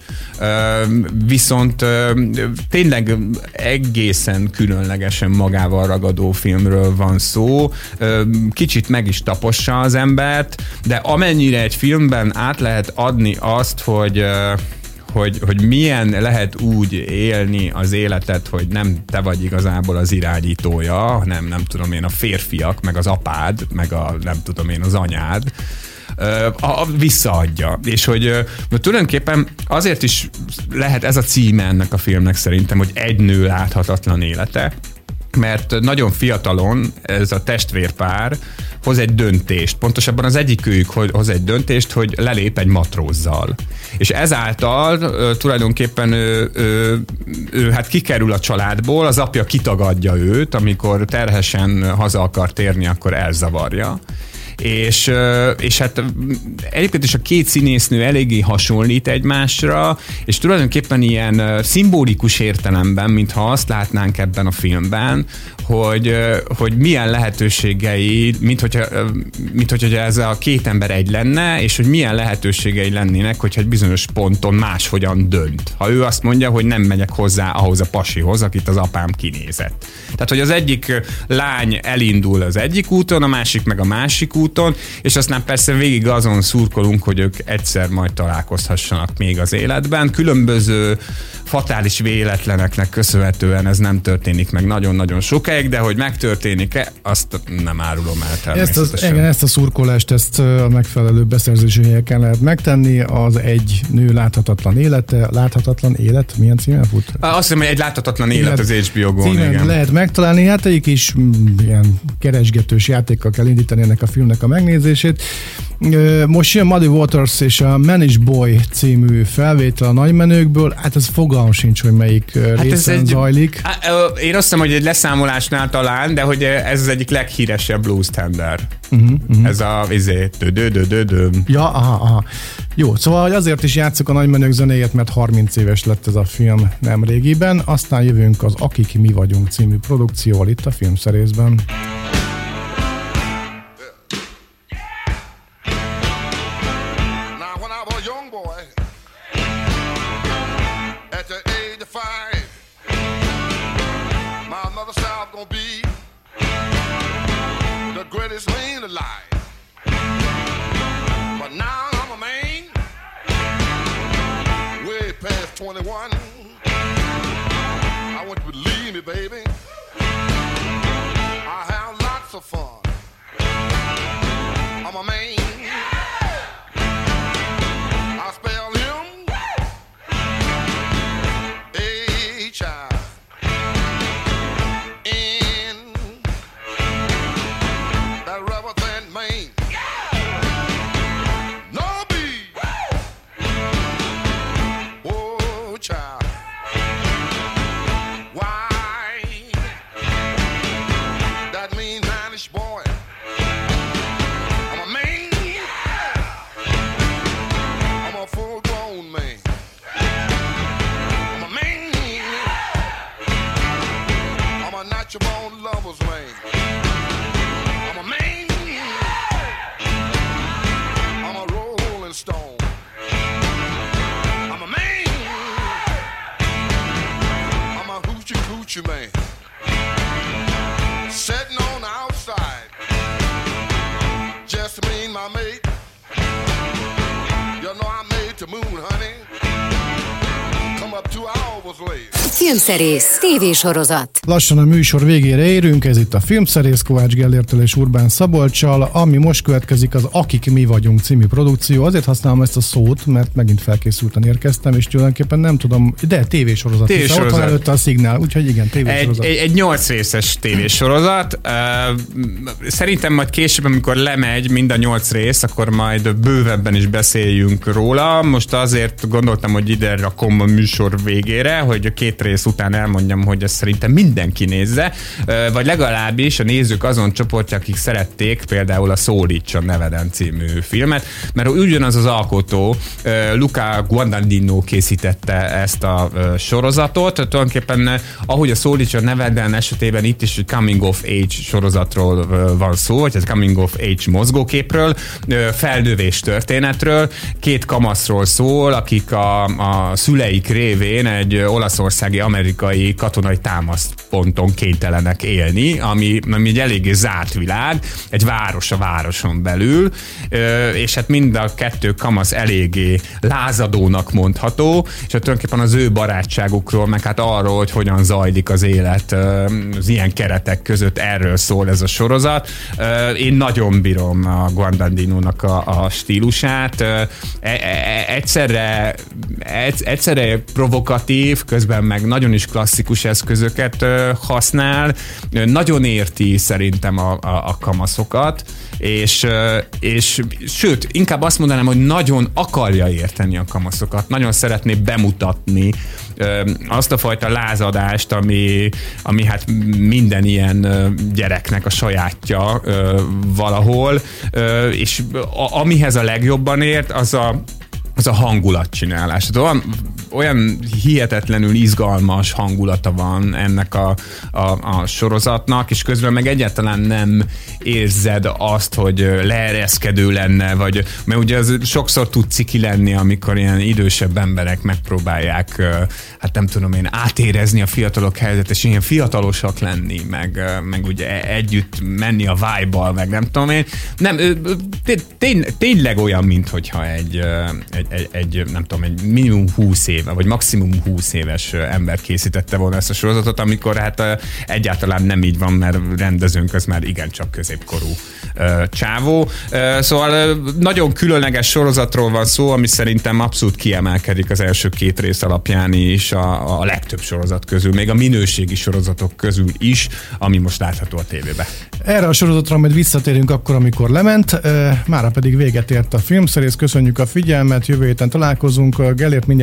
viszont tényleg egészen különlegesen magával ragadó filmről van szó, kicsit meg is tapossa az embert, de amennyire egy filmben át lehet adni azt, hogy Hogy, hogy milyen lehet úgy élni az életet, hogy nem te vagy igazából az irányítója, hanem nem tudom én a férfiak, meg az apád, meg a nem tudom én az anyád, a, a, visszaadja. És hogy na, tulajdonképpen azért is lehet ez a címe ennek a filmnek szerintem, hogy egy nő láthatatlan élete, mert nagyon fiatalon ez a testvérpár hoz egy döntést, pontosabban az egyikőjük hoz egy döntést, hogy lelép egy matrózzal. És ezáltal ö, tulajdonképpen ő, ő, ő hát kikerül a családból, az apja kitagadja őt, amikor terhesen haza akar térni, akkor elzavarja. És, és hát egyébként is a két színésznő eléggé hasonlít egymásra, és tulajdonképpen ilyen szimbolikus értelemben, mintha azt látnánk ebben a filmben, hogy, hogy milyen lehetőségei, mint hogyha, mint hogyha ez a két ember egy lenne, és hogy milyen lehetőségei lennének, hogyha egy bizonyos ponton máshogyan dönt. Ha ő azt mondja, hogy nem megyek hozzá ahhoz a pasihoz, akit az apám kinézett. Tehát, hogy az egyik lány elindul az egyik úton, a másik meg a másik úton, és aztán persze végig azon szurkolunk, hogy ők egyszer majd találkozhassanak még az életben. Különböző fatális véletleneknek köszönhetően ez nem történik meg nagyon-nagyon sokáig, de hogy megtörténik-e, azt nem árulom el természetesen. Ezt, az, igen, ezt a szurkolást ezt a megfelelő beszerzési helyeken lehet megtenni. Az egy nő láthatatlan élete, láthatatlan élet, milyen címen fut? Azt hiszem, hogy egy láthatatlan élet, élet az há bé o Go-n, igen. Lehet megtalálni, hát egy kis ilyen keresgetős játékkal kell indítani ennek a filmnek a megnézését. Most jön Muddy Waters és a Manish Boy című felvétel a nagymenőkből, hát ez fogalmam sincs, hogy melyik hát részen egy, zajlik. Én azt hiszem, hogy egy leszámolásnál talán, de hogy ez az egyik leghíresebb blues tender. Uh-huh, uh-huh. Ez a izé, dö-dö-dö-dö-dö. Ja, aha, aha. Jó, szóval azért is játsszuk a nagymenők zenéjét, mert harminc éves lett ez a film nem régiben, aztán jövünk az Akik mi vagyunk című produkcióval itt a Filmszerészben. twenty-one. I want you to believe me, baby. I have lots of fun. I'm a man. I spell him H I N. That rubber band man. No B. Oh, child. Why? That mean manish boy. I'm a man. I'm a full-grown man. I'm a man. I'm a natural-born lover's man. I'm a man. I'm a rolling stone. I'm a man. I'm a hoochie coochie man. Sitting on the outside. Just me and my mate. You know I made the moon, honey. Come up two hours late. Filmszerész, tévésorozat. Lassan a műsor végére érünk, ez itt a Filmszerész Kovács Gellérttel és Urbán Szabolccsal, ami most következik az Akik mi vagyunk című produkció. Azért használom ezt a szót, mert megint felkészülten érkeztem, és tulajdonképpen nem tudom, de tévésorozat. Tévésorozat. Ott van előtte a szignál, úgyhogy igen, Egy, tévésorozat. egy, egy nyolc részes tévésorozat. Uh, szerintem majd később, amikor lemegy mind a nyolc rész, akkor majd bővebben is beszéljünk róla. Most azért gondoltam, hogy ide rakom a műsor végére, hogy a két rész után elmondjam, hogy ezt szerintem mindenki nézze, uh, vagy legalábbis a nézők azon csoportja, akik szerették például a Szólítson neveden című filmet, mert ugyanaz az alkotó, uh, Luca Guadagnino készítette ezt a uh, sorozatot. Tulajdonképpen uh, ahogy a Szólítson neveden esetében itt is egy coming of age sorozatról uh, van szó, vagy egy coming of age mozgóképről, uh, felnövés történetről, két kamaszról szól, akik a, a szüleik révén egy olaszországi amerikai katonai támaszponton kénytelenek élni, ami, ami egy eléggé zárt világ, egy város a városon belül, ö, és hát mind a kettő kamasz eléggé lázadónak mondható, és hát tulajdonképpen az ő barátságukról, meg hát arról, hogy hogyan zajlik az élet ö, az ilyen keretek között, erről szól ez a sorozat. Ö, én nagyon bírom a Guadagnino-nak a, a stílusát. Ö, e, e, egyszerre, egy, egyszerre provokatív, közben meg nagyon is klasszikus eszközöket ö, használ, ö, nagyon érti szerintem a, a, a kamaszokat, és, ö, és sőt, inkább azt mondanám, hogy nagyon akarja érteni a kamaszokat, nagyon szeretné bemutatni ö, azt a fajta lázadást, ami, ami hát minden ilyen ö, gyereknek a sajátja ö, valahol, ö, és a, amihez a legjobban ért, az a az a hangulatcsinálás. Olyan, olyan hihetetlenül izgalmas hangulata van ennek a, a, a sorozatnak, és közben meg egyáltalán nem érzed azt, hogy leereszkedő lenne, vagy, mert ugye az sokszor tud ciki lenni, amikor ilyen idősebb emberek megpróbálják, hát nem tudom én, átérezni a fiatalok helyzetet, és ilyen fiatalosak lenni, meg, meg ugye együtt menni a vibe-bal, meg nem tudom én. Nem, tény, tényleg olyan, minthogyha egy, egy Egy, egy, nem tudom, egy minimum húsz éve, vagy maximum húsz éves ember készítette volna ezt a sorozatot, amikor hát egyáltalán nem így van, mert rendezőnk az már igencsak középkorú uh, csávó. Uh, szóval uh, nagyon különleges sorozatról van szó, ami szerintem abszolút kiemelkedik az első két rész alapján is a, a legtöbb sorozat közül, még a minőségi sorozatok közül is, ami most látható a tévében. Erre a sorozatra majd visszatérünk akkor, amikor lement, mára pedig véget ért a Filmszerész. Köszönjük a figyelmet, jövő héten találkozunk. Gellért mindjárt elmondja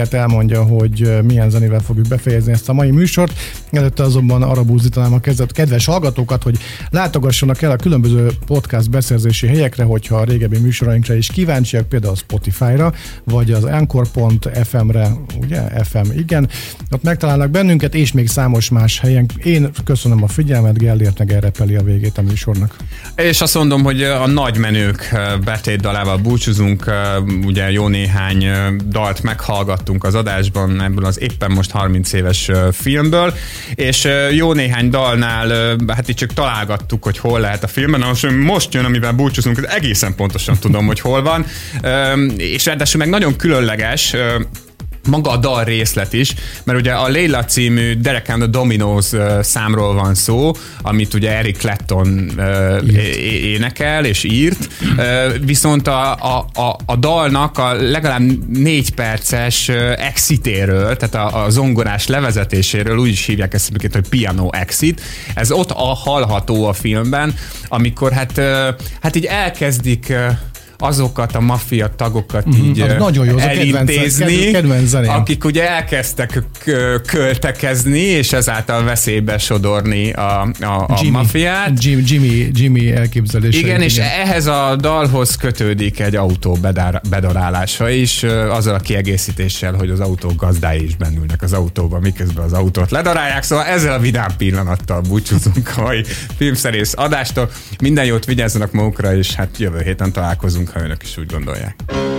elmondja, hogy milyen zenével fogjuk befejezni ezt a mai műsort. Előtte azonban arra búzítanám a kezdet kedves hallgatókat, hogy látogassanak el a különböző podcast beszerzési helyekre, hogyha a régebbi műsorainkra is kíváncsiak, például a Spotify-ra, vagy az Anchor pont ef em-re, ugye? ef em, igen. Ott megtalálnak bennünket, és még számos más helyen. Én köszönöm a figyelmet, Gellért meg elrepeli a végét a műsornak. És azt mondom, hogy a nagy menők betét dalával búcsúzunk, ugye jó néhány dalt meghallgattunk az adásban ebből az éppen most harminc éves filmből, és jó néhány dalnál hát így csak találgattuk, hogy hol lehet a filmben. Most, most jön, amivel búcsúzunk, egészen pontosan tudom, hogy hol van, és ráadásul meg nagyon különleges maga a dal részlet is, mert ugye a Leila című Derek and the Dominos uh, számról van szó, amit ugye Eric Clapton uh, énekel és írt, uh, viszont a, a, a, a dalnak a legalább négy perces uh, exitéről, tehát a, a zongorás levezetéséről, úgy is hívják ezt, hogy piano exit, ez ott a hallható a filmben, amikor hát, uh, hát így elkezdik uh, azokat a maffia tagokat mm-hmm. így nagyon jó, elintézni, kedvenc, akik ugye elkezdtek költekezni, és ezáltal veszélybe sodorni a, a, a Jimmy, maffiát. Jimmy, Jimmy, Jimmy elképzelése. Igen, és igen. ehhez a dalhoz kötődik egy autó bedár, bedarálása is, azzal a kiegészítéssel, hogy az autó gazdái is bennülnek az autóba, miközben az autót ledarálják, szóval ezzel a vidám pillanattal búcsúzunk a mai filmszerész adástól. Minden jót, vigyázzanak magukra, és hát jövő héten találkozunk, ha önök is úgy gondolják.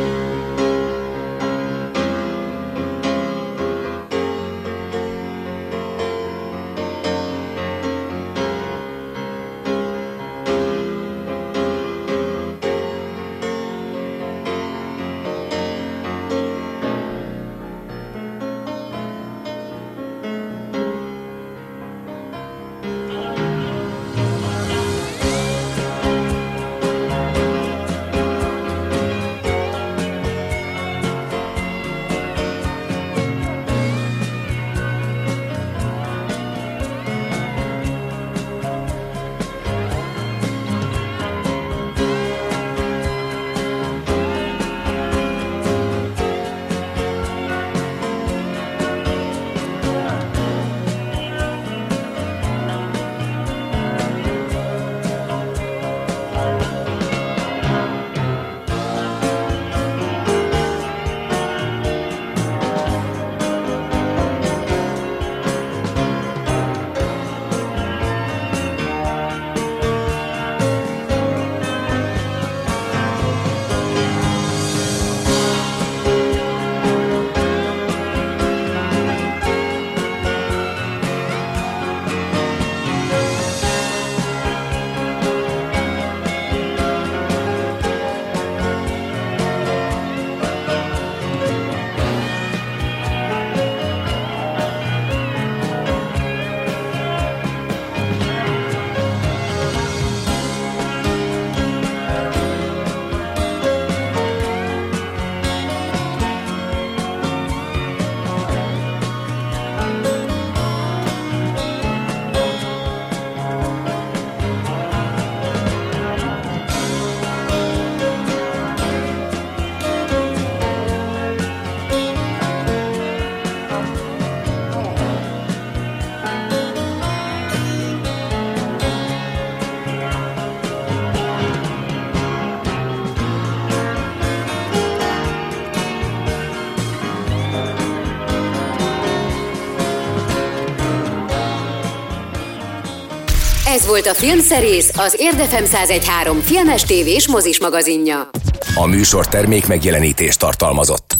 Ez volt a Filmszerész, az Érd ef em száz egy pont három filmes, tévés, mozis magazinja. A műsor termék megjelenítést tartalmazott.